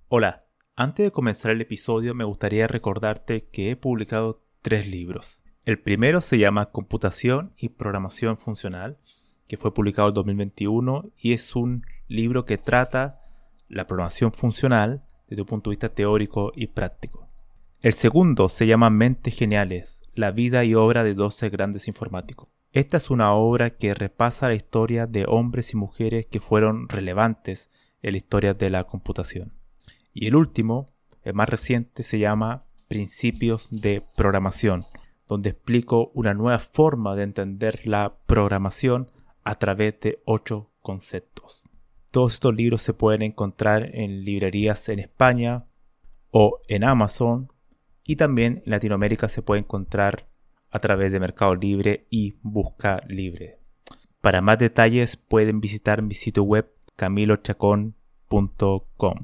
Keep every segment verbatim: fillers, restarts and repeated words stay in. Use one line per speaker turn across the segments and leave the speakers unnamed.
Hola, antes de comenzar el episodio me gustaría recordarte que he publicado tres libros. El primero se llama Computación y Programación Funcional, que fue publicado en dos mil veintiuno y es un libro que trata la programación funcional desde un punto de vista teórico y práctico. El segundo se llama Mentes Geniales, la vida y obra de doce grandes informáticos. Esta es una obra que repasa la historia de hombres y mujeres que fueron relevantes en la historia de la computación. Y el último, el más reciente, se llama Principios de Programación, donde explico una nueva forma de entender la programación a través de ocho conceptos. Todos estos libros se pueden encontrar en librerías en España o en Amazon, y también en Latinoamérica se puede encontrar a través de Mercado Libre y Busca Libre. Para más detalles pueden visitar mi sitio web camilo chacón punto com.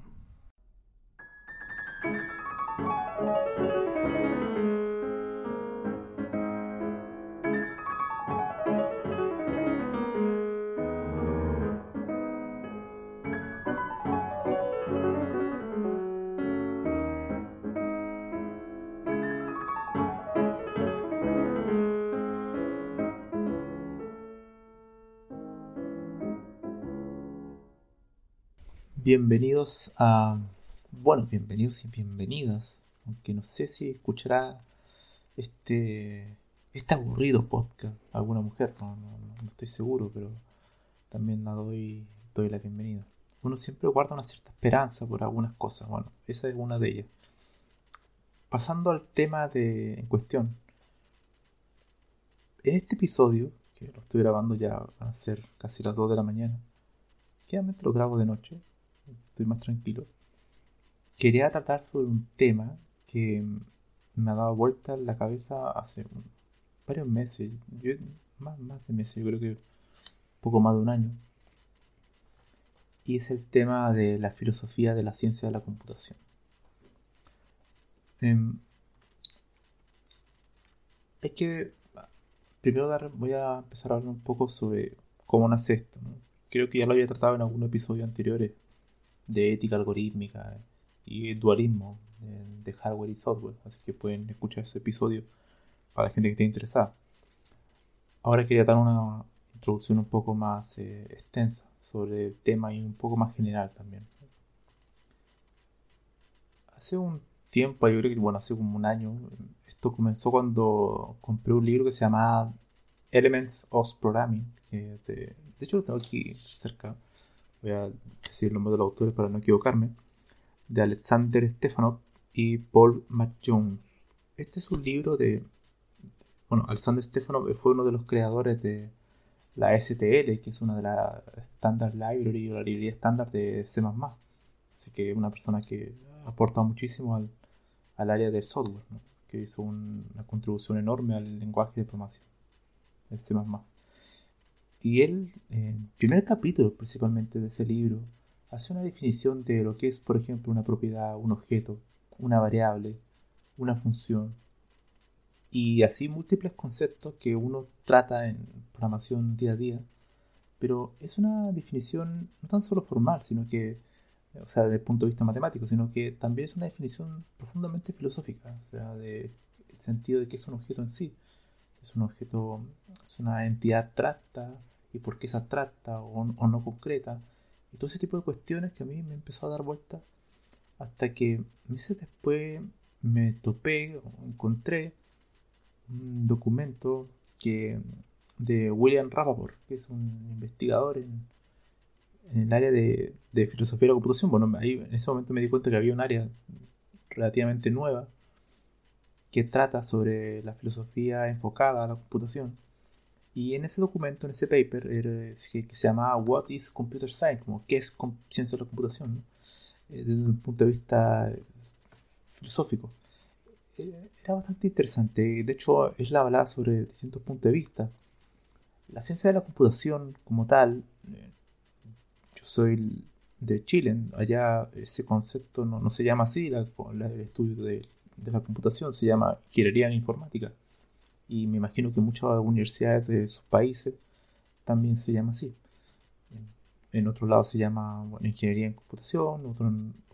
Bienvenidos a... Bueno, bienvenidos y bienvenidas. Aunque no sé si escuchará este este aburrido podcast alguna mujer. No, no, no, no estoy seguro, pero también la doy, doy la bienvenida. Uno siempre guarda una cierta esperanza por algunas cosas. Bueno, esa es una de ellas. Pasando al tema de, en cuestión. En este episodio, que lo estoy grabando ya van a ser casi las dos de la mañana. Generalmente lo grabo de noche. Estoy más tranquilo. Quería tratar sobre un tema que me ha dado vuelta en la cabeza hace varios meses, yo, más, más de meses, yo creo que poco más de un año, y es el tema de la filosofía de la ciencia de la computación. Eh, es que primero dar, voy a empezar a hablar un poco sobre cómo nace esto, ¿no? Creo que ya lo había tratado en algunos episodios anteriores de ética algorítmica y dualismo de, de hardware y software, así que pueden escuchar ese episodio para la gente que esté interesada. Ahora quería dar una introducción un poco más eh, extensa sobre el tema y un poco más general también. Hace un tiempo, yo creo que bueno, hace como un año, esto comenzó cuando compré un libro que se llamaba Elements of Programming, que de, de hecho lo tengo aquí cerca, voy a decir el nombre de los autores para no equivocarme, de Alexander Stefanov y Paul McJones. Este es un libro de, bueno, Alexander Stefanov fue uno de los creadores de la S T L, que es una de las Standard Library o la librería estándar de C más más. Así que es una persona que ha aportado muchísimo al, al área del software, ¿no? Que hizo un, una contribución enorme al lenguaje de programación, el C más más. Y él, en el primer capítulo principalmente de ese libro, hace una definición de lo que es, por ejemplo, una propiedad, un objeto, una variable, una función, y así múltiples conceptos que uno trata en programación día a día, pero es una definición no tan solo formal, sino que, o sea, desde el punto de vista matemático, sino que también es una definición profundamente filosófica, o sea, de el sentido de que es un objeto en sí. Es un objeto, es una entidad abstracta, y por qué es abstracta o, o no concreta, y todo ese tipo de cuestiones que a mí me empezó a dar vuelta hasta que meses después me topé o encontré un documento que de William Rappaport, que es un investigador en, en el área de, de filosofía de la computación. Bueno, ahí en ese momento me di cuenta que había un área relativamente nueva que trata sobre la filosofía enfocada a la computación. Y en ese documento, en ese paper, era, que, que se llamaba What is Computer Science? Como, ¿qué es ciencia de la computación? ¿No? Eh, desde un punto de vista filosófico. Eh, era bastante interesante. De hecho, es la hablaba sobre distintos puntos de vista. La ciencia de la computación como tal, eh, yo soy de Chile, allá ese concepto no, no se llama así, la, la, el estudio de, de la computación se llama ingeniería en informática. Y me imagino que muchas universidades de sus países también se llama así. En, en otros lados se llama bueno, ingeniería en computación, otros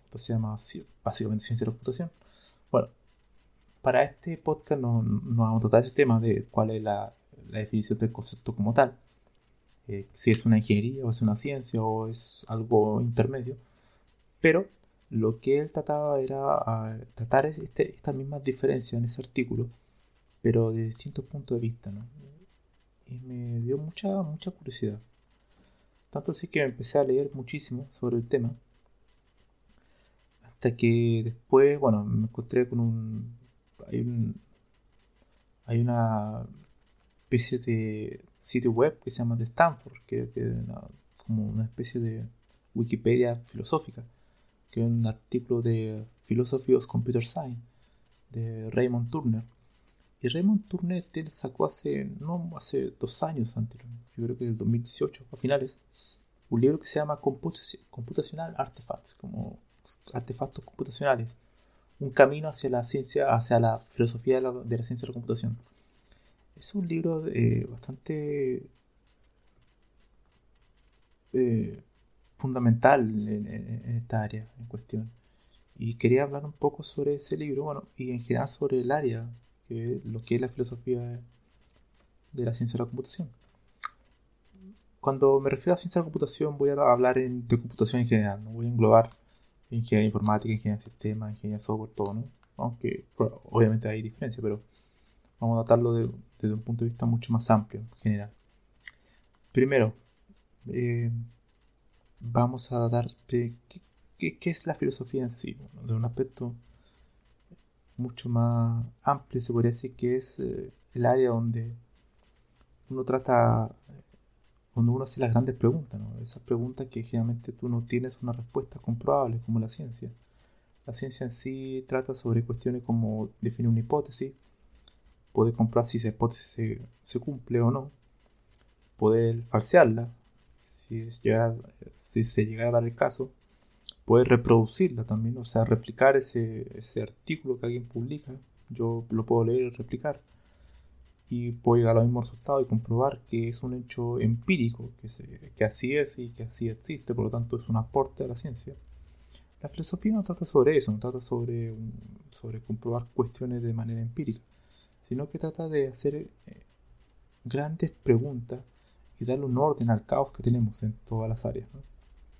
Esto se llama básicamente ciencia de la computación. Bueno, para este podcast no, no vamos a tratar ese tema de cuál es la, la definición del concepto como tal. Eh, si es una ingeniería o es una ciencia o es algo intermedio. Pero lo que él trataba era uh, tratar este, estas mismas diferencias en ese artículo, pero de distintos puntos de vista, ¿no? Y me dio mucha, mucha curiosidad. Tanto así que me empecé a leer muchísimo sobre el tema. Hasta que después, bueno, me encontré con un... Hay, un, hay una especie de sitio web que se llama The Stanford, que es como una especie de Wikipedia filosófica, que es un artículo de Philosophy of Computer Science de Raymond Turner. Y Raymond Turner él sacó hace, no, hace dos años antes, yo creo que en el dos mil dieciocho, a finales, un libro que se llama Computational Artifacts, como artefactos computacionales, un camino hacia la ciencia, hacia la filosofía de la, de la ciencia de la computación. Es un libro eh, bastante eh, fundamental en, en, en esta área en cuestión. Y quería hablar un poco sobre ese libro, bueno, y en general sobre el área, que lo que es la filosofía de, de la ciencia de la computación. Cuando me refiero a ciencia de la computación voy a hablar en, de computación en general, no voy a englobar ingeniería informática, ingeniería de sistemas, ingeniería de software, todo, ¿no? Aunque bueno, obviamente hay diferencia, pero vamos a tratarlo de, desde un punto de vista mucho más amplio, en general. Primero, eh, vamos a dar ¿qué, qué, qué es la filosofía en sí? Bueno, de un aspecto mucho más amplio se podría decir que es eh, el área donde uno trata, donde uno hace las grandes preguntas, ¿no? Esas preguntas que generalmente tú no tienes una respuesta comprobable, como la ciencia. La ciencia en sí trata sobre cuestiones como definir una hipótesis, poder comprobar si esa hipótesis se, se cumple o no, poder falsearla, si, llegara, si se llegara a dar el caso, poder reproducirla también, o sea, replicar ese, ese artículo que alguien publica, yo lo puedo leer y replicar, y puedo llegar a los mismos resultados y comprobar que es un hecho empírico, que, se, que así es y que así existe, por lo tanto es un aporte a la ciencia. La filosofía no trata sobre eso, no trata sobre, un, sobre comprobar cuestiones de manera empírica, sino que trata de hacer eh, grandes preguntas y darle un orden al caos que tenemos en todas las áreas, ¿no?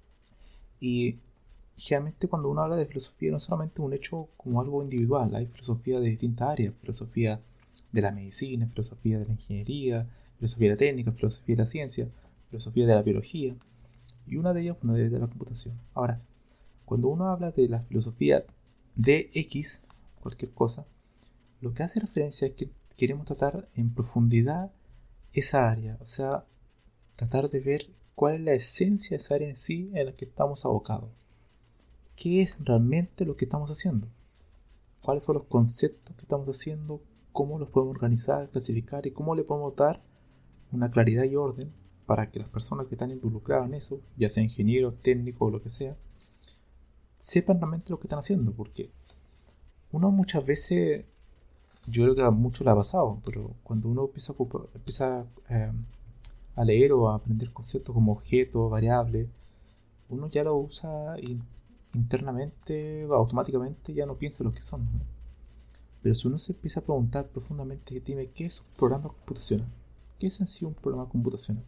Y generalmente cuando uno habla de filosofía no es solamente un hecho como algo individual, hay filosofía de distintas áreas, filosofía de la medicina, filosofía de la ingeniería, filosofía de la técnica, filosofía de la ciencia, filosofía de la biología, y una de ellas, bueno, es de la computación. Ahora, cuando uno habla de la filosofía de X, cualquier cosa, lo que hace referencia es que queremos tratar en profundidad esa área, o sea, tratar de ver cuál es la esencia de esa área en sí en la que estamos abocados. ¿Qué es realmente lo que estamos haciendo? ¿Cuáles son los conceptos que estamos haciendo? ¿Cómo los podemos organizar, clasificar y cómo le podemos dar una claridad y orden para que las personas que están involucradas en eso, ya sea ingenieros, técnicos o lo que sea, sepan realmente lo que están haciendo? Porque uno muchas veces, yo creo que a muchos le ha pasado, pero cuando uno empieza a, empieza, eh, a leer o a aprender conceptos como objetos, variables, uno ya lo usa y internamente, automáticamente ya no piensa lo que son, ¿no? Pero si uno se empieza a preguntar profundamente, dime, ¿qué es un programa computacional? ¿Qué es en sí un programa computacional?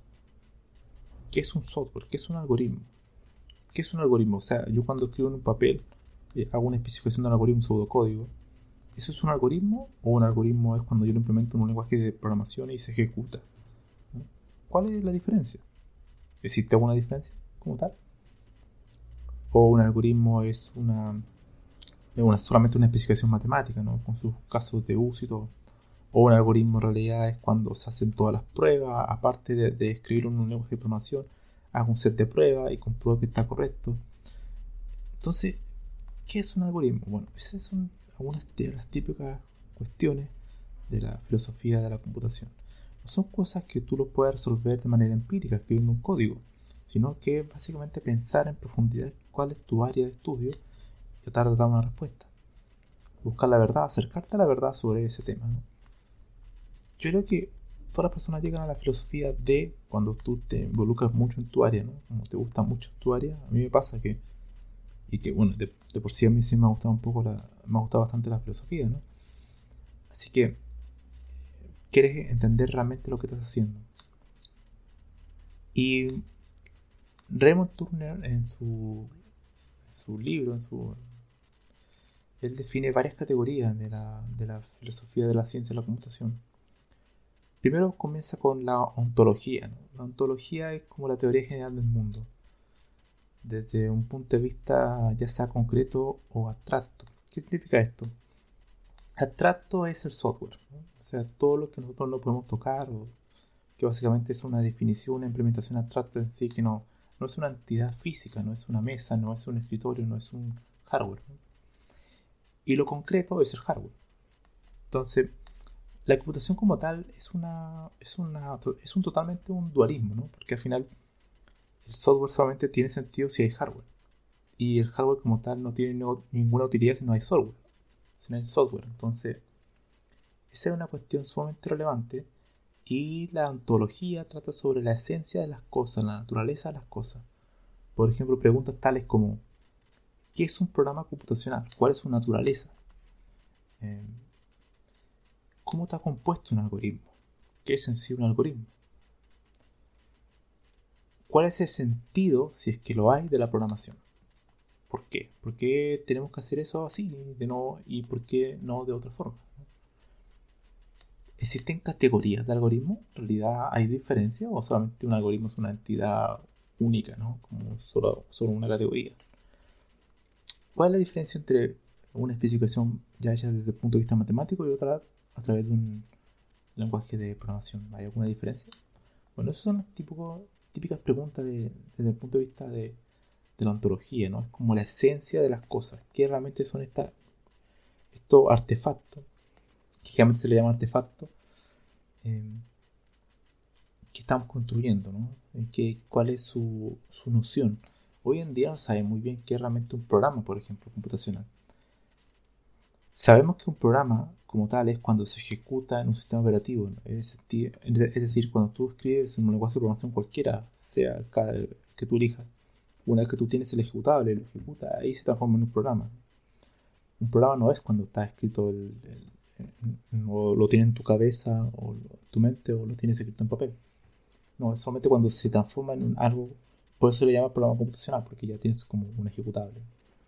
¿Qué es un software? ¿Qué es un algoritmo? ¿Qué es un algoritmo? O sea, yo cuando escribo en un papel, eh, hago una especificación de un algoritmo, un pseudocódigo. ¿Eso es un algoritmo? ¿O un algoritmo es cuando yo lo implemento en un lenguaje de programación y se ejecuta? ¿No? ¿Cuál es la diferencia? ¿Existe alguna diferencia como tal? ¿O un algoritmo es una, una solamente una especificación matemática, ¿no? Con sus casos de uso y todo? ¿O un algoritmo en realidad es cuando se hacen todas las pruebas, aparte de, de escribir un lenguaje de programación, hago un set de pruebas y compruebo que está correcto? Entonces, ¿qué es un algoritmo? Bueno, esas son algunas de las típicas cuestiones de la filosofía de la computación. No son cosas que tú lo puedas resolver de manera empírica escribiendo un código, sino que es básicamente pensar en profundidad cuál es tu área de estudio y tratar de dar una respuesta. Buscar la verdad, acercarte a la verdad sobre ese tema, ¿no? Yo creo que todas las personas llegan a la filosofía de cuando tú te involucras mucho en tu área, ¿no? Como te gusta mucho tu área. A mí me pasa que Y que, bueno, de, de por sí a mí sí me ha gustado un poco, la, me ha gustado bastante la filosofía, ¿no? Así que, quieres entender realmente lo que estás haciendo. Y Raymond Turner en su, en su libro, en su, él define varias categorías de la, de la filosofía de la ciencia de la computación. Primero comienza con la ontología, ¿no? La ontología es como la teoría general del mundo, desde un punto de vista ya sea concreto o abstracto. ¿Qué significa esto? Abstracto es el software, ¿no? O sea, todo lo que nosotros no podemos tocar, o que básicamente es una definición, una implementación abstracta en sí, que no, no es una entidad física, no es una mesa, no es un escritorio, no es un hardware, ¿no? Y lo concreto es el hardware. Entonces, la computación como tal es una es una es un totalmente un dualismo, ¿no? Porque al final el software solamente tiene sentido si hay hardware, y el hardware como tal no tiene no, ninguna utilidad si no hay software, si no hay software. Entonces, esa es una cuestión sumamente relevante, y la ontología trata sobre la esencia de las cosas, la naturaleza de las cosas. Por ejemplo, preguntas tales como ¿qué es un programa computacional? ¿Cuál es su naturaleza? Eh, ¿Cómo está compuesto un algoritmo? ¿Qué es en sí un algoritmo? ¿Cuál es el sentido, si es que lo hay, de la programación? ¿Por qué? ¿Por qué tenemos que hacer eso así de no, y por qué no de otra forma? ¿Existen categorías de algoritmos? ¿En realidad hay diferencia o solamente un algoritmo es una entidad única, ¿no? Como solo, solo una categoría? ¿Cuál es la diferencia entre una especificación ya hecha desde el punto de vista matemático y otra a través de un lenguaje de programación? ¿Hay alguna diferencia? Bueno, esas son las típico, típicas preguntas de, desde el punto de vista de, de la ontología, ¿no? Es como la esencia de las cosas. ¿Qué realmente son esta, estos artefactos? Que generalmente se le llama artefactos. Eh, que estamos construyendo, ¿no? ¿Qué, ¿Cuál es su, su noción? Hoy en día no sabe muy bien qué es realmente un programa, por ejemplo, computacional. Sabemos que un programa como tal es cuando se ejecuta en un sistema operativo, ¿no? es, es decir, cuando tú escribes en un lenguaje de programación cualquiera, sea cada que tú elijas, una vez que tú tienes el ejecutable y lo ejecuta, ahí se transforma en un programa. Un programa no es cuando está escrito el, el, el, o lo tienes en tu cabeza o en tu mente o lo tienes escrito en papel. No, es solamente cuando se transforma en algo. Por eso se le llama programa computacional, porque ya tienes como un ejecutable.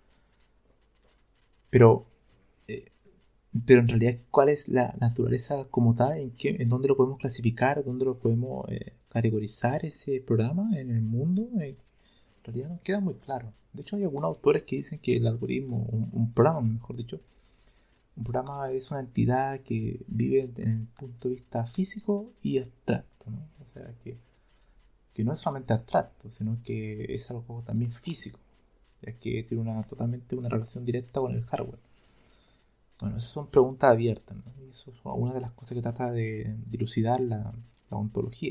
Pero eh, pero en realidad, ¿cuál es la naturaleza como tal? ¿En, qué, en dónde lo podemos clasificar? ¿Dónde lo podemos eh, categorizar ese programa en el mundo? Eh, en realidad no queda muy claro. De hecho, hay algunos autores que dicen que el algoritmo, un, un programa, mejor dicho, un programa es una entidad que vive en el punto de vista físico y abstracto, ¿no? O sea, que, que no es solamente abstracto, sino que es algo también físico, ya que tiene una, totalmente una relación directa con el hardware. Bueno, esas son preguntas abiertas, ¿no? Y eso es una de las cosas que trata de dilucidar la, la ontología.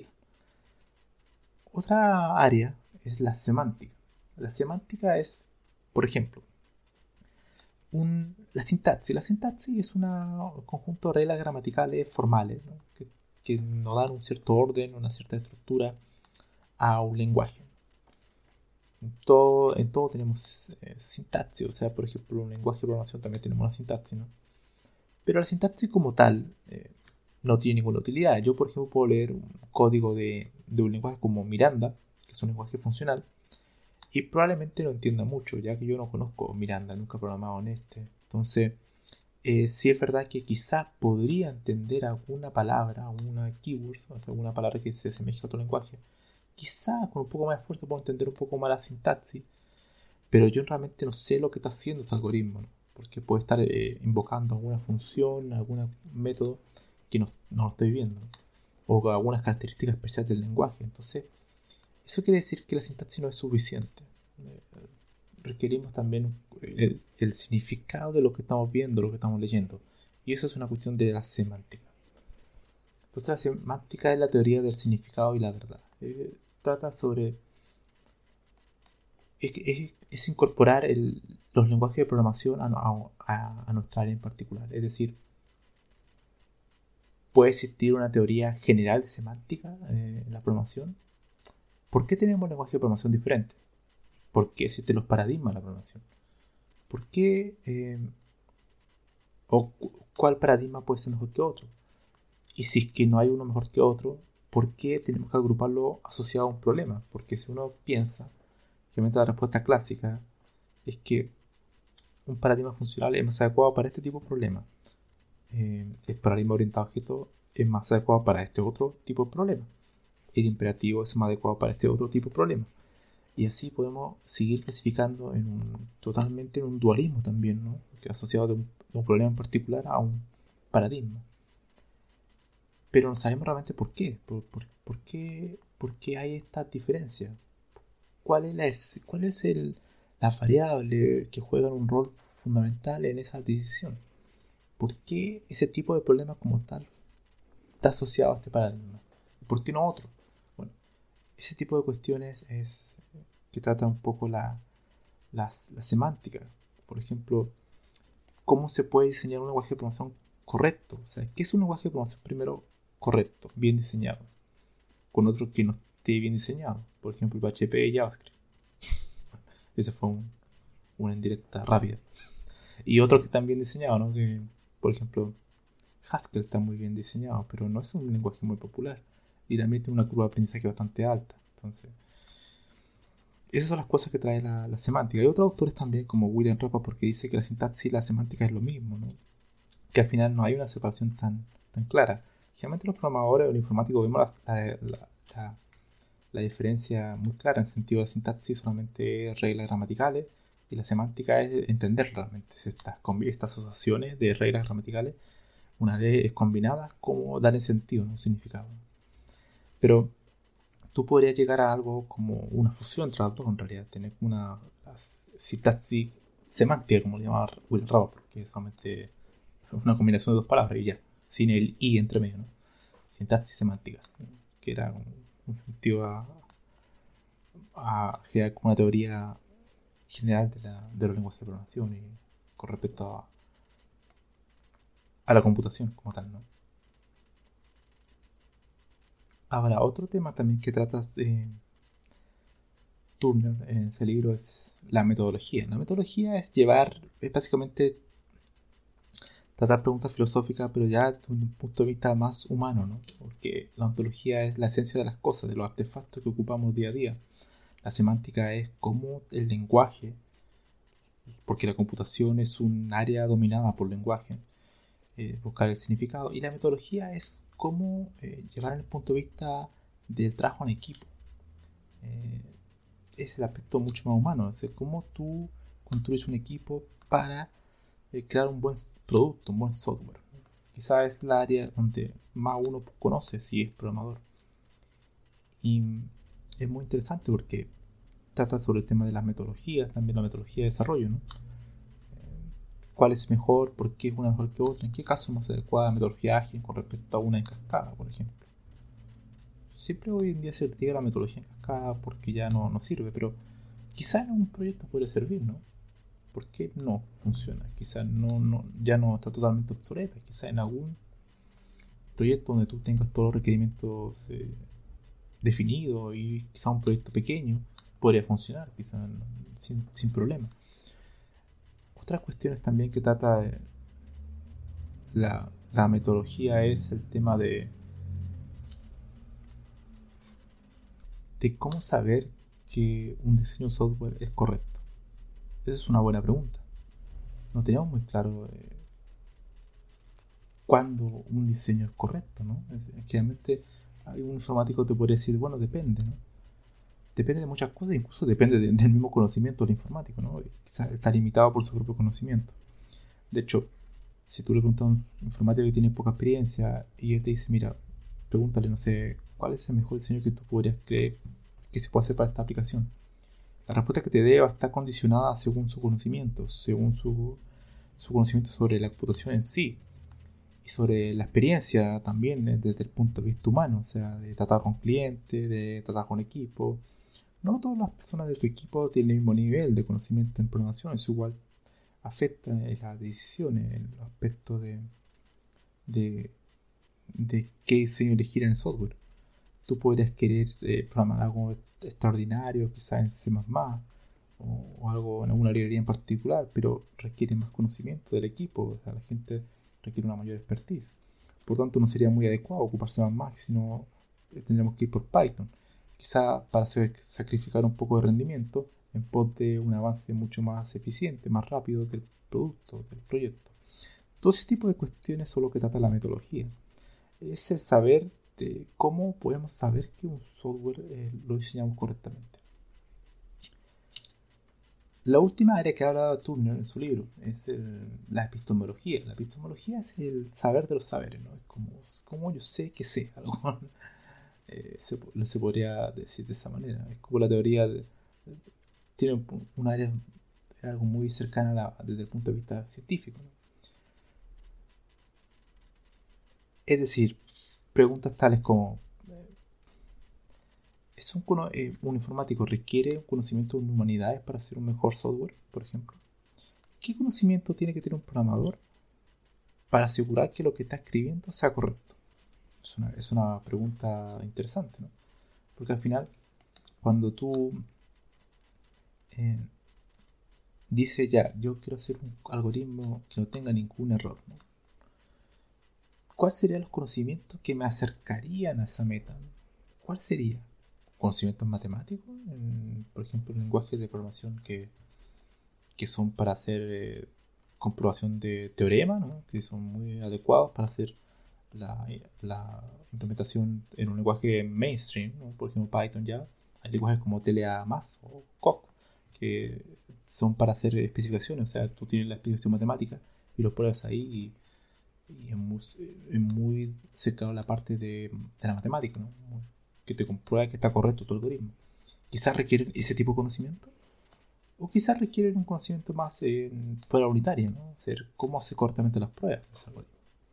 Otra área es la semántica. La semántica es, por ejemplo, un, la sintaxis. La sintaxis es una, un conjunto de reglas gramaticales formales, ¿no? que, que nos dan un cierto orden, una cierta estructura a un lenguaje. En todo, en todo tenemos eh, sintaxis, o sea, por ejemplo, un lenguaje de programación también tenemos una sintaxis, ¿no? Pero la sintaxis como tal eh, no tiene ninguna utilidad. Yo, por ejemplo, puedo leer un código de, de un lenguaje como Miranda, que es un lenguaje funcional, y probablemente no entienda mucho, ya que yo no conozco Miranda, nunca he programado en este. Entonces, eh, sí es verdad que quizás podría entender alguna palabra, una keyword, o sea, alguna palabra que se asemeje a otro lenguaje. Quizás con un poco más de esfuerzo puedo entender un poco más la sintaxis, pero yo realmente no sé lo que está haciendo ese algoritmo, ¿no? Porque puede estar eh, invocando alguna función, algún método que no, no lo estoy viendo, ¿no? O algunas características especiales del lenguaje. Entonces, eso quiere decir que la sintaxis no es suficiente. Eh, requerimos también el, el significado de lo que estamos viendo, lo que estamos leyendo. Y eso es una cuestión de la semántica. Entonces, la semántica es la teoría del significado y la verdad. Eh, trata sobre Es, es, es incorporar el, los lenguajes de programación a, a, a, nuestra área en particular. Es decir, puede existir una teoría general semántica eh, en la programación. ¿Por qué tenemos lenguajes de programación diferentes? ¿Por qué existen los paradigmas de la programación? ¿Por qué eh, o cu- cuál paradigma puede ser mejor que otro? Y si es que no hay uno mejor que otro, ¿por qué tenemos que agruparlo asociado a un problema? Porque si uno piensa, generalmente la respuesta clásica es que un paradigma funcional es más adecuado para este tipo de problema. Eh, el paradigma orientado a objetos es más adecuado para este otro tipo de problema. El imperativo es más adecuado para este otro tipo de problema. Y así podemos seguir clasificando en un, totalmente en un dualismo también, ¿no? Que asociado de un, de un problema en particular a un paradigma. Pero no sabemos realmente por qué. ¿Por, por, por qué, por qué hay esta diferencia? ¿Cuál es, la, cuál es el, la variable que juega un rol fundamental en esa decisión? ¿Por qué ese tipo de problema como tal está asociado a este paradigma? ¿Por qué no otro? Bueno, ese tipo de cuestiones es que trata un poco la, la, la semántica. Por ejemplo, ¿cómo se puede diseñar un lenguaje de programación correcto? O sea, ¿qué es un lenguaje de programación primero correcto, bien diseñado? Con otro que no esté bien diseñado. Por ejemplo, P H P y JavaScript. Ese fue un, una indirecta rápida. Y otro que están bien diseñado, ¿no? Que, por ejemplo, Haskell está muy bien diseñado, pero no es un lenguaje muy popular. Y también tiene una curva de aprendizaje bastante alta. Entonces, esas son las cosas que trae la, la semántica. Hay otros autores también, como William Ropa, porque dice que la sintaxis y la semántica es lo mismo, ¿no? Que al final no hay una separación tan, tan clara. Generalmente los programadores o los informáticos vemos la, la, la, la, la diferencia muy clara en sentido de sintaxis, solamente reglas gramaticales, y la semántica es entender realmente estas, estas asociaciones de reglas gramaticales, una vez combinadas, cómo dar sentido, ¿no? Un significado. Pero tú podrías llegar a algo como una fusión entre las dos, en realidad, tener una sintaxis semántica, como le llamaba Will Rao, porque es solamente una combinación de dos palabras y ya, sin el i entre medio, ¿no? Sintaxis semántica, que era un, un sentido a, a generar como una teoría general de, la, de los lenguajes de programación y con respecto a, a la computación como tal, ¿no? Ahora, otro tema también que tratas de Turner en ese libro es la metodología. La metodología es llevar, es básicamente tratar preguntas filosóficas, pero ya desde un punto de vista más humano, ¿no? Porque la ontología es la esencia de las cosas, de los artefactos que ocupamos día a día. La semántica es cómo el lenguaje, porque la computación es un área dominada por el lenguaje, eh, buscar el significado. Y la metodología es cómo eh, llevar el punto de vista del trabajo en equipo. Eh, es el aspecto mucho más humano, es decir, cómo tú construyes un equipo para eh, crear un buen producto, un buen software. Quizá es la área donde más uno conoce si es programador. Y es muy interesante porque trata sobre el tema de las metodologías, también la metodología de desarrollo, ¿no? ¿Cuál es mejor? ¿Por qué es una mejor que otra? ¿En qué caso es más adecuada la metodología ágil con respecto a una en cascada, por ejemplo? Siempre hoy en día se critica la metodología en cascada porque ya no, no sirve, pero quizá en un proyecto puede servir, ¿no? ¿Por qué no funciona? Quizá no, no, ya no está totalmente obsoleta, quizá en algún proyecto donde tú tengas todos los requerimientos eh, definidos y quizá un proyecto pequeño podría funcionar, quizá no, sin, sin problema. Otras cuestiones también que trata de la, la metodología es el tema de, de cómo saber que un diseño software es correcto. Esa es una buena pregunta. No tenemos muy claro eh, cuándo un diseño es correcto, ¿no? Es, generalmente hay un informático que te podría decir, bueno, depende, ¿no? Depende de muchas cosas, incluso depende de, del mismo conocimiento del informático, ¿no? Quizás está limitado por su propio conocimiento. De hecho, si tú le preguntas a un informático que tiene poca experiencia y él te dice, mira, pregúntale, no sé, ¿cuál es el mejor diseño que tú podrías creer que se puede hacer para esta aplicación? La respuesta que te dé va a estar condicionada según su conocimiento, según su, su conocimiento sobre la computación en sí y sobre la experiencia también desde el punto de vista humano, o sea, de tratar con clientes, de tratar con equipo. No todas las personas de tu equipo tienen el mismo nivel de conocimiento en programación, eso igual afecta en las decisiones, en los aspectos de, de, de qué diseño elegir en el software. Tú podrías querer eh, programar algo extraordinario, quizás en C más más, o, o algo en alguna librería en particular, pero requiere más conocimiento del equipo, o sea, la gente requiere una mayor expertise. Por tanto, no sería muy adecuado ocuparse más Max, sino tendríamos que ir por Python. Quizá para sacrificar un poco de rendimiento en pos de un avance mucho más eficiente, más rápido del producto, del proyecto. Todo ese tipo de cuestiones son lo que trata la metodología. Es el saber de cómo podemos saber que un software eh, lo diseñamos correctamente. La última área que habla Turner en su libro es el, la epistemología. La epistemología es el saber de los saberes, ¿no? Es como, como yo sé que sé algo. eh, se, se podría decir de esa manera. Es como la teoría de, tiene un, un área, algo muy cercana a la, desde el punto de vista científico, ¿no? Es decir, preguntas tales como ¿es un, eh, un informático requiere un conocimiento en humanidades para hacer un mejor software, por ejemplo? ¿Qué conocimiento tiene que tener un programador para asegurar que lo que está escribiendo sea correcto? Es una, es una pregunta interesante, ¿no? Porque al final, cuando tú eh, dices ya, yo quiero hacer un algoritmo que no tenga ningún error, ¿no? ¿Cuáles serían los conocimientos que me acercarían a esa meta? ¿Cuál sería? ¿Conocimientos matemáticos? En, por ejemplo, lenguajes de programación que que son para hacer eh, comprobación de teorema, ¿no? Que son muy adecuados para hacer la, la implementación en un lenguaje mainstream, ¿no? Por ejemplo Python ya, hay lenguajes como T L A más o Coq que son para hacer especificaciones, o sea, tú tienes la especificación matemática y lo pruebas ahí y, y es, muy, es muy cercano a la parte de, de la matemática, ¿no? Que te comprueba que está correcto tu algoritmo. Quizás requieren ese tipo de conocimiento. O quizás requieren un conocimiento más eh, fuera unitaria, ¿no? O sea, cómo hace correctamente las pruebas de desarrollo.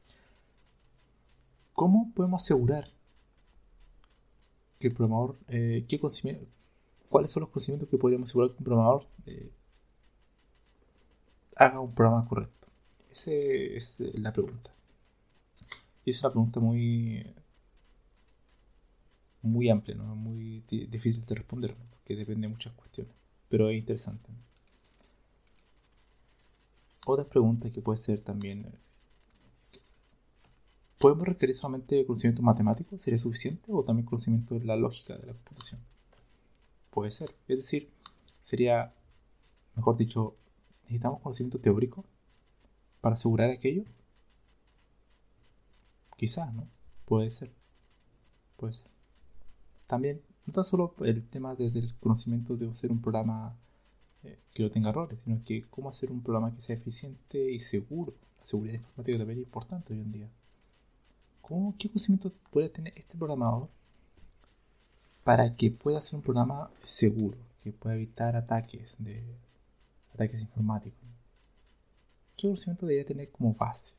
¿Cómo podemos asegurar que el programador, eh, qué conocimiento, cuáles son los conocimientos que podríamos asegurar que un programador eh, haga un programa correcto? Esa es la pregunta. Y es una pregunta muy, muy amplia, ¿no? Muy difícil de responder, ¿no? Porque depende de muchas cuestiones. Pero es interesante, ¿no? Otra pregunta que puede ser también, ¿podemos requerir solamente conocimiento matemático? ¿Sería suficiente? ¿O también conocimiento de la lógica de la computación? Puede ser. Es decir, sería, mejor dicho, ¿necesitamos conocimiento teórico para asegurar aquello? Quizás, ¿no? Puede ser. Puede ser. También, no tan solo el tema del conocimiento de hacer un programa eh, que no tenga errores, sino que cómo hacer un programa que sea eficiente y seguro. La seguridad informática también es importante hoy en día. ¿Cómo, ¿Qué conocimiento puede tener este programador para que pueda hacer un programa seguro, que pueda evitar ataques de ataques informáticos? ¿Qué conocimiento debería tener como base?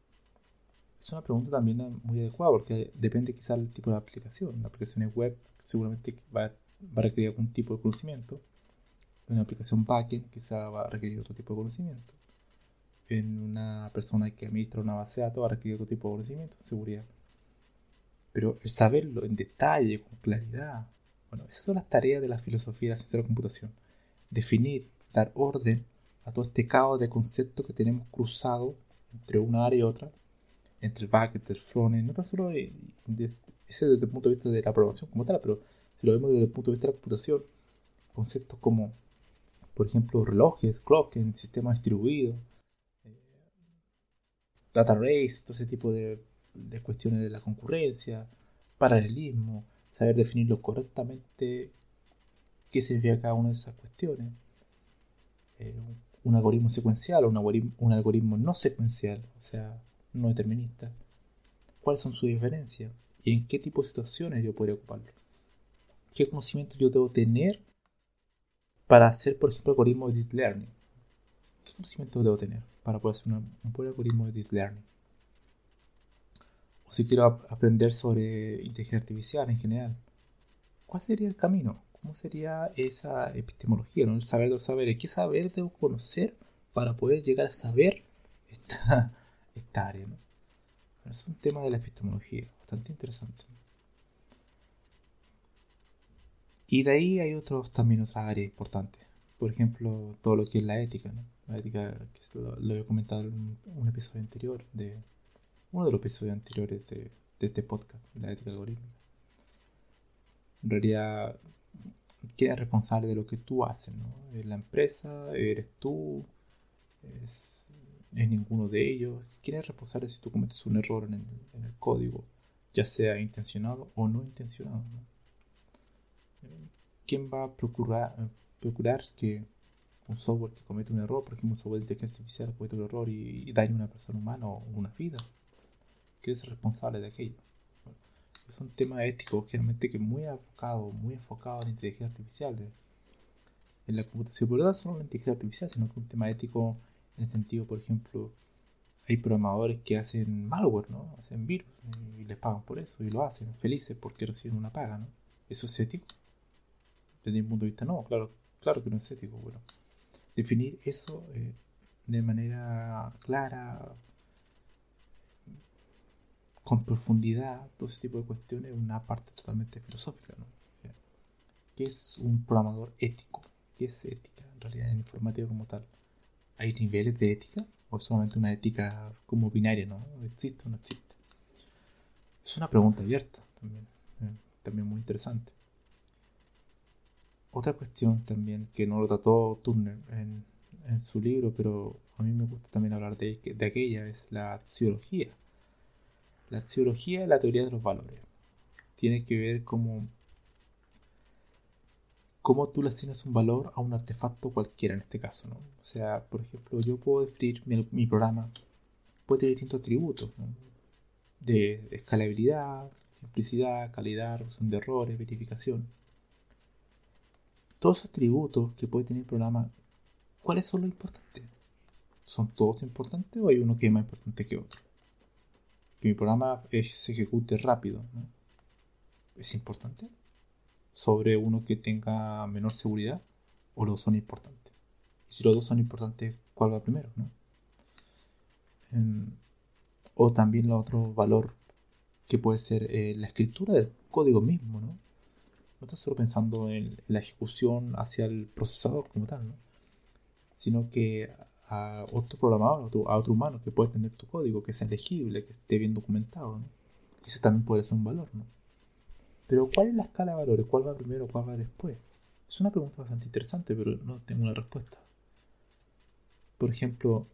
Es una pregunta también muy adecuada porque depende quizá del tipo de aplicación. La aplicación es web, seguramente va, va a requerir algún tipo de conocimiento. En una aplicación backend quizá va a requerir otro tipo de conocimiento. En una persona que administra una base de datos va a requerir otro tipo de conocimiento, seguridad. Pero el saberlo en detalle, con claridad, bueno, esas son las tareas de la filosofía de la ciencia de la computación. Definir, dar orden a todo este caos de conceptos que tenemos cruzado entre una área y otra, entre el back, entre el frontend, no tan solo de, de, ese desde el punto de vista de la programación como tal, pero si lo vemos desde el punto de vista de la computación, conceptos como, por ejemplo, relojes, clock en sistemas distribuidos, eh, data race, todo ese tipo de, de cuestiones de la concurrencia, paralelismo, saber definirlo correctamente, qué significa cada una de esas cuestiones, eh, un algoritmo secuencial o un algoritmo, un algoritmo no secuencial, o sea, no determinista, cuáles son sus diferencias y en qué tipo de situaciones yo podría ocuparlo, qué conocimientos yo debo tener para hacer, por ejemplo, algoritmos de deep learning, qué conocimientos debo tener para poder hacer una, un buen algoritmo de deep learning. O si quiero ap- aprender sobre inteligencia artificial en general, ¿cuál sería el camino? ¿Cómo sería esa epistemología, ¿no? El saber de los saberes. ¿Qué saber debo conocer para poder llegar a saber esta, esta área, ¿no? Es un tema de la epistemología bastante interesante. Y de ahí hay otros también otras áreas importantes. por ejemplo, todo lo que es la ética, ¿no? La ética, que es lo, lo he comentado en un, un episodio anterior, de uno de los episodios anteriores de, de este podcast, la ética algorítmica. En realidad, ¿quién es responsable de lo que tú haces, ¿no? ¿Es la empresa? ¿Eres tú? ¿Es, es ninguno de ellos? ¿Quién es responsable si tú cometes un error en el, en el código, ya sea intencionado o no intencionado, ¿no? ¿Quién va a procurar, procurar que un software que comete un error, por ejemplo, un software de inteligencia artificial comete un error y, y daña a una persona humana o una vida? ¿Quién es el responsable de aquello? Bueno, es un tema ético generalmente que muy enfocado, muy enfocado en la inteligencia artificial, en la computación, pero no solo en la inteligencia artificial, sino que un tema ético en el sentido, por ejemplo, hay programadores que hacen malware, ¿no? Hacen virus y les pagan por eso y lo hacen felices porque reciben una paga, ¿no? ¿Eso es ético? Desde mi punto de vista, no, claro, claro que no es ético. Bueno, definir eso eh, de manera clara, con profundidad, todo ese tipo de cuestiones, es una parte totalmente filosófica, ¿no? O sea, ¿qué es un programador ético? ¿Qué es ética en realidad en informática como tal? ¿Hay niveles de ética? ¿O es solamente una ética como binaria, ¿no? ¿Existe o no existe? Es una pregunta abierta también, eh, también muy interesante. Otra cuestión también que no lo trató Turner en, en su libro, pero a mí me gusta también hablar de, de aquella, es la axiología. La axiología es la teoría de los valores. Tiene que ver cómo, cómo tú le asignas un valor a un artefacto cualquiera en este caso, ¿no? O sea, por ejemplo, yo puedo definir mi, mi programa, puede tener distintos atributos, ¿no? De escalabilidad, simplicidad, calidad, reducción de errores, verificación. Todos esos atributos que puede tener el programa, ¿cuáles son los importantes? ¿Son todos importantes o hay uno que es más importante que otro? Que mi programa se ejecute rápido, ¿no? ¿Es importante sobre uno que tenga menor seguridad o los dos son importantes? Y si los dos son importantes, ¿cuál va primero, no? Um, o también el otro valor que puede ser eh, la escritura del código mismo, ¿no? No estás solo pensando en, en la ejecución hacia el procesador como tal, ¿no? Sino que a otro programador, a otro, a otro humano que puede tener tu código, que sea legible, que esté bien documentado, ¿no? Ese también puede ser un valor, ¿no? Pero ¿cuál es la escala de valores? ¿Cuál va primero? ¿Cuál va después? Es una pregunta bastante interesante, pero no tengo una respuesta. Por ejemplo,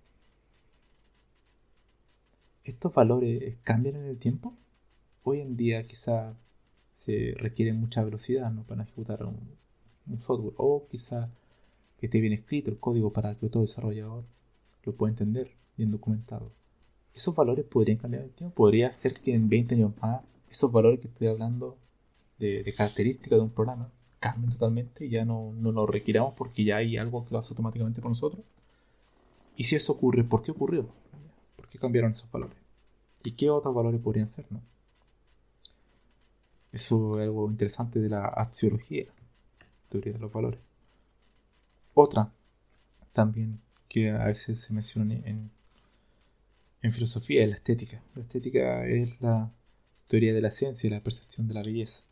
¿estos valores cambian en el tiempo? Hoy en día quizá se requiere mucha velocidad, ¿no? Para ejecutar un, un software, o quizá que esté bien escrito el código para que todo desarrollador lo pueda entender, bien documentado. ¿Esos valores podrían cambiar en el tiempo? ¿Podría ser que en veinte años más esos valores que estoy hablando de, de características de un programa cambien totalmente y ya no, no lo requiramos porque ya hay algo que lo hace automáticamente por nosotros? Y si eso ocurre, ¿por qué ocurrió? ¿Por qué cambiaron esos valores? ¿Y qué otros valores podrían ser, no? Eso es algo interesante de la axiología, teoría de los valores. Otra también que a veces se menciona en, en filosofía es la estética. La estética es la teoría de la ciencia y la percepción de la belleza.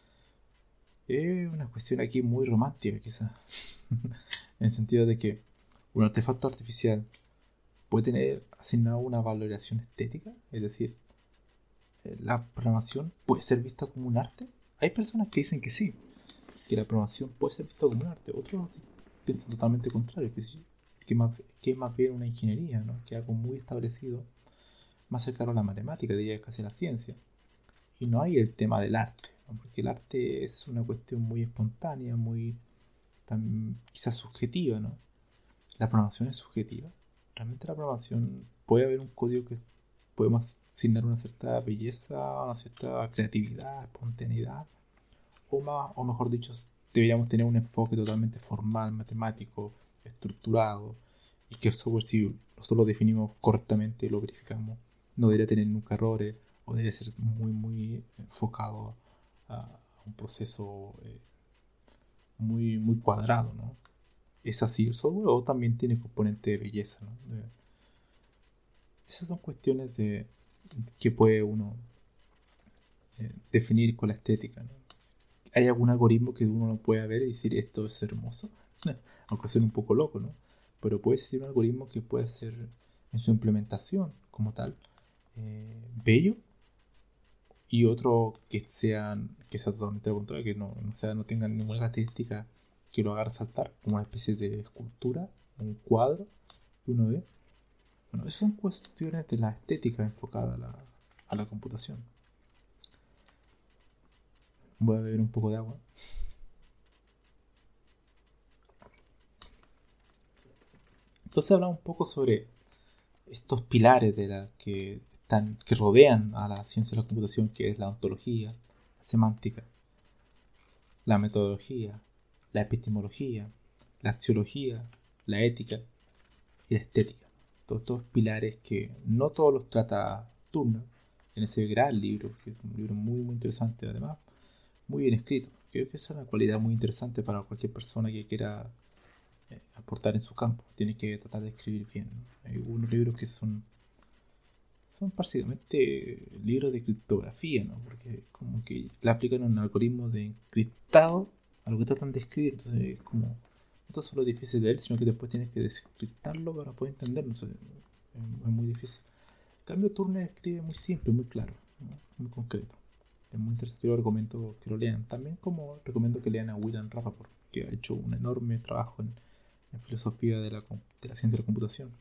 Es una cuestión aquí muy romántica, quizás, en el sentido de que un artefacto artificial puede tener asignado una valoración estética, es decir, la programación puede ser vista como un arte. Hay personas que dicen que sí, que la programación puede ser vista como un arte. Otros piensan totalmente contrario, que, sí, que, más, que es más bien una ingeniería, ¿no? Que es algo muy establecido, más cercano a la matemática, diría casi a la ciencia. Y no hay el tema del arte, ¿no? Porque el arte es una cuestión muy espontánea, muy tan, quizás subjetiva, ¿no? La programación es subjetiva. Realmente la programación puede haber un código que es, podemos asignar una cierta belleza, una cierta creatividad, espontaneidad, o más, o mejor dicho, deberíamos tener un enfoque totalmente formal, matemático, estructurado, y que el software, si nosotros lo definimos correctamente y lo verificamos, no debería tener nunca errores, o debería ser muy, muy enfocado a un proceso eh, muy, muy cuadrado, ¿no? ¿Es así el software o también tiene componente de belleza, ¿no? De, esas son cuestiones de que puede uno eh, definir con la estética, ¿no? ¿Hay algún algoritmo que uno no pueda ver y decir esto es hermoso? aunque suene un poco loco, ¿no? Pero puede ser un algoritmo que puede ser en su implementación como tal eh, bello, y otro que sean que sea totalmente lo contrario, que no, no, sea, no tengan ninguna característica que lo haga resaltar, como una especie de escultura, un cuadro que uno ve. Bueno, esas son cuestiones de la estética enfocada a la, a la computación. Voy a beber un poco de agua. Entonces hablamos un poco sobre estos pilares de la que están, que rodean a la ciencia de la computación, que es la ontología, la semántica, la metodología, la epistemología, la axiología, la ética y la estética. Todos estos pilares que no todos los trata Turner en ese gran libro, que es un libro muy muy interesante, además muy bien escrito. Creo que esa es una cualidad muy interesante para cualquier persona que quiera eh, aportar en su campo. Tiene que tratar de escribir bien. Hay unos libros que son son básicamente libros de criptografía, ¿no? Porque como que le aplican un algoritmo de encriptado a lo que tratan de escribir. Entonces, es como, no es solo difícil de leer, sino que después tienes que desencriptarlo para poder entenderlo. Entonces, es, es muy difícil. En cambio, Turner escribe muy simple, muy claro, ¿no? Muy concreto. Es muy interesante. Yo recomiendo que lo lean. También como recomiendo que lean a William Rappaport, que ha hecho un enorme trabajo en, en filosofía de la, de la ciencia de la computación.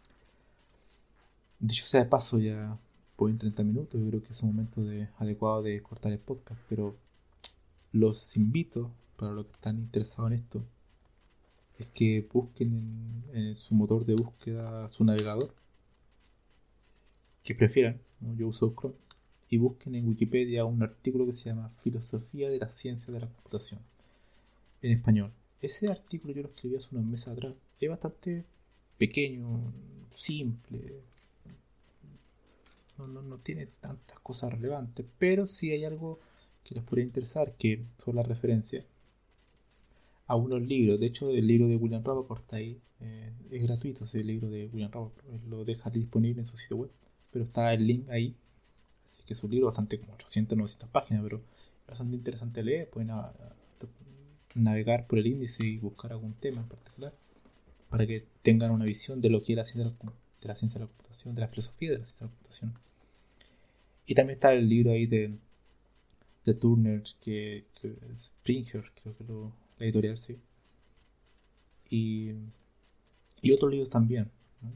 Dicho sea de paso, ya voy en treinta minutos. Yo creo que es un momento de, adecuado de cortar el podcast. Pero los invito, para los que están interesados en esto, es que busquen en, en su motor de búsqueda, su navegador, que prefieran, ¿no? Yo uso Chrome, y busquen en Wikipedia un artículo que se llama Filosofía de la Ciencia de la Computación, en español. Ese artículo yo lo escribí hace unos meses atrás. Es bastante pequeño, simple, no, no, no tiene tantas cosas relevantes, pero sí hay algo que les podría interesar, que son las referencias a unos libros. De hecho, el libro de William Rappaport está ahí, eh, es gratuito ese libro de William Rappaport, lo deja disponible en su sitio web, pero está el link ahí. Así que es un libro bastante, como ochocientas, novecientas páginas, pero es bastante interesante leer. Pueden a, a, navegar por el índice y buscar algún tema en particular para que tengan una visión de lo que es la ciencia de la, de la ciencia de la computación, de la filosofía de la ciencia de la computación. Y también está el libro ahí de, de Turner, que, que es Springer, creo que lo, la editorial, sí. Y, y otros libros también, ¿no?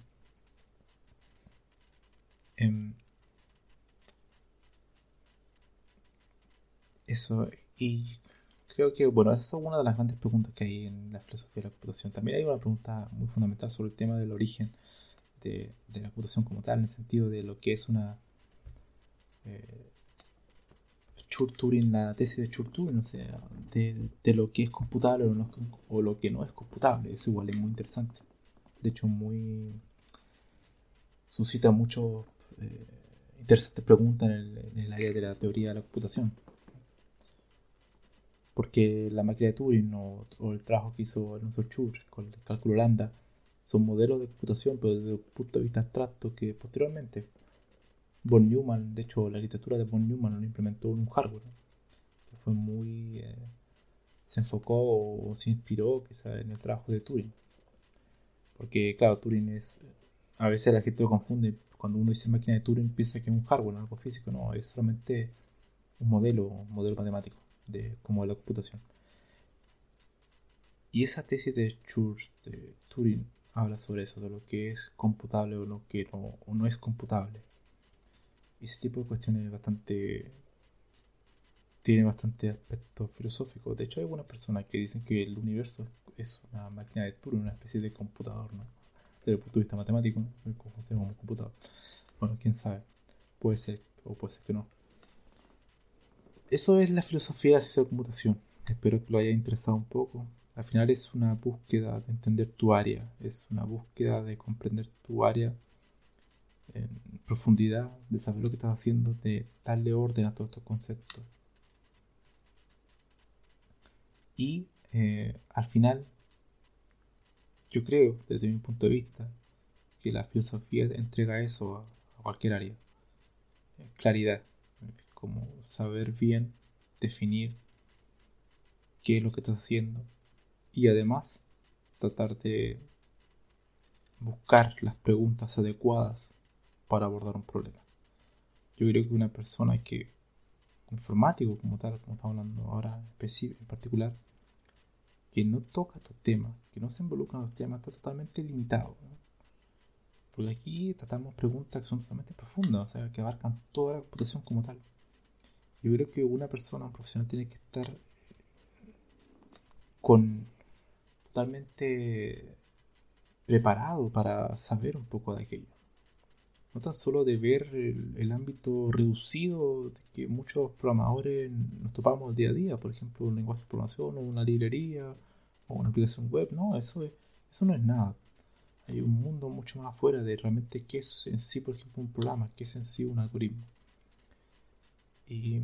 En eso, y creo que, bueno, esa es una de las grandes preguntas que hay en la filosofía de la computación. También hay una pregunta muy fundamental sobre el tema del origen de, de la computación como tal, en el sentido de lo que es una eh, Church-Turing, la tesis de Church-Turing, o sea, de, de lo que es computable o, no, o lo que no es computable. Eso igual es muy interesante. De hecho, muy suscita muchos eh, interesantes preguntas en el, en el área de la teoría de la computación. Porque la máquina de Turing o, o el trabajo que hizo Alonso Church con el cálculo lambda son modelos de computación, pero desde un punto de vista abstracto, que posteriormente von Neumann, de hecho la arquitectura de von Neumann lo implementó en un hardware, ¿no? Que fue muy eh, se enfocó o, o se inspiró quizá en el trabajo de Turing, porque claro, Turing es, a veces la gente lo confunde. Cuando uno dice máquina de Turing piensa que es un hardware, no algo físico. No, es solamente un modelo un modelo matemático de como de la computación. Y esa tesis de Church, de Turing, habla sobre eso, de lo que es computable o lo que no, o no es computable. Y ese tipo de cuestiones bastante tiene bastante aspecto filosófico. De hecho, hay algunas personas que dicen que el universo es una máquina de Turing, una especie de computador, ¿no? Desde el punto de vista matemático, ¿no? Como funciona como un computador. Bueno, quién sabe. Puede ser, o puede ser que no. Eso es la filosofía de la ciencia de la computación. Espero que lo haya interesado un poco. Al final es una búsqueda de entender tu área, es una búsqueda de comprender tu área en profundidad, de saber lo que estás haciendo, de darle orden a todos estos conceptos. Y eh, al final, yo creo, desde mi punto de vista, que la filosofía entrega eso a, a cualquier área. Claridad, como saber bien definir qué es lo que estás haciendo y además tratar de buscar las preguntas adecuadas para abordar un problema. Yo creo que una persona que, informático como tal, como estamos hablando ahora en particular, que no toca estos temas, que no se involucra en los temas, está totalmente limitado, ¿no? Porque aquí tratamos preguntas que son totalmente profundas, o sea, que abarcan toda la computación como tal. Yo creo que una persona, un profesional, tiene que estar con totalmente preparado para saber un poco de aquello. No tan solo de ver el, el ámbito reducido de que muchos programadores nos topamos día a día, por ejemplo, un lenguaje de programación o una librería o una aplicación web. No, eso, es, eso no es nada. Hay un mundo mucho más afuera de realmente qué es en sí, por ejemplo, un programa, qué es en sí un algoritmo. Y,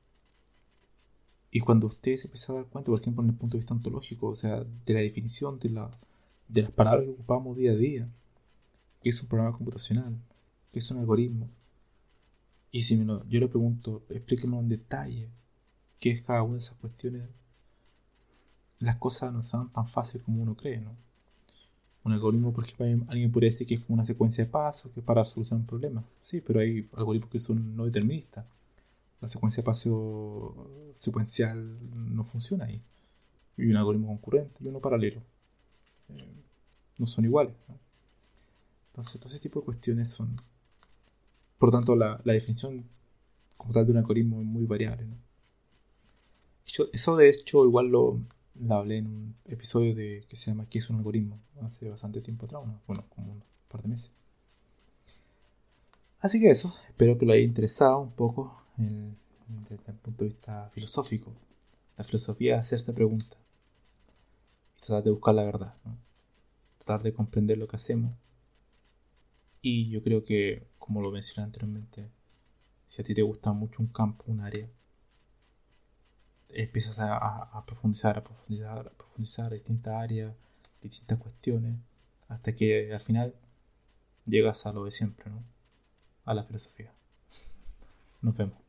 y cuando ustedes se empiezan a dar cuenta, por ejemplo, en el punto de vista ontológico, o sea, de la definición de, la, de las palabras que ocupamos día a día, qué es un programa computacional, qué es un algoritmo. Y si me lo, yo le pregunto, explíqueme en detalle qué es cada una de esas cuestiones, las cosas no son tan fáciles como uno cree, ¿no? Un algoritmo, por ejemplo, alguien podría decir que es como una secuencia de pasos que es para solucionar un problema. Sí, pero hay algoritmos que son no deterministas. La secuencia de pasos secuencial no funciona ahí. Y un algoritmo concurrente y uno paralelo. Eh, no son iguales, ¿no? Entonces, todo ese tipo de cuestiones son... Por lo tanto, la, la definición como tal de un algoritmo es muy variable, ¿no? Yo, eso de hecho igual lo, lo hablé en un episodio de, que se llama ¿Qué es un algoritmo? Hace bastante tiempo atrás, ¿no? Bueno, como un par de meses. Así que eso, espero que lo haya interesado un poco en, desde el punto de vista filosófico. La filosofía es hacerse preguntas y tratar de buscar la verdad, ¿no? Tratar de comprender lo que hacemos. Y yo creo que, como lo mencioné anteriormente, si a ti te gusta mucho un campo, un área, empiezas a, a, a profundizar, a profundizar, a profundizar distintas áreas, distintas cuestiones, hasta que al final llegas a lo de siempre, ¿no? A la filosofía. Nos vemos.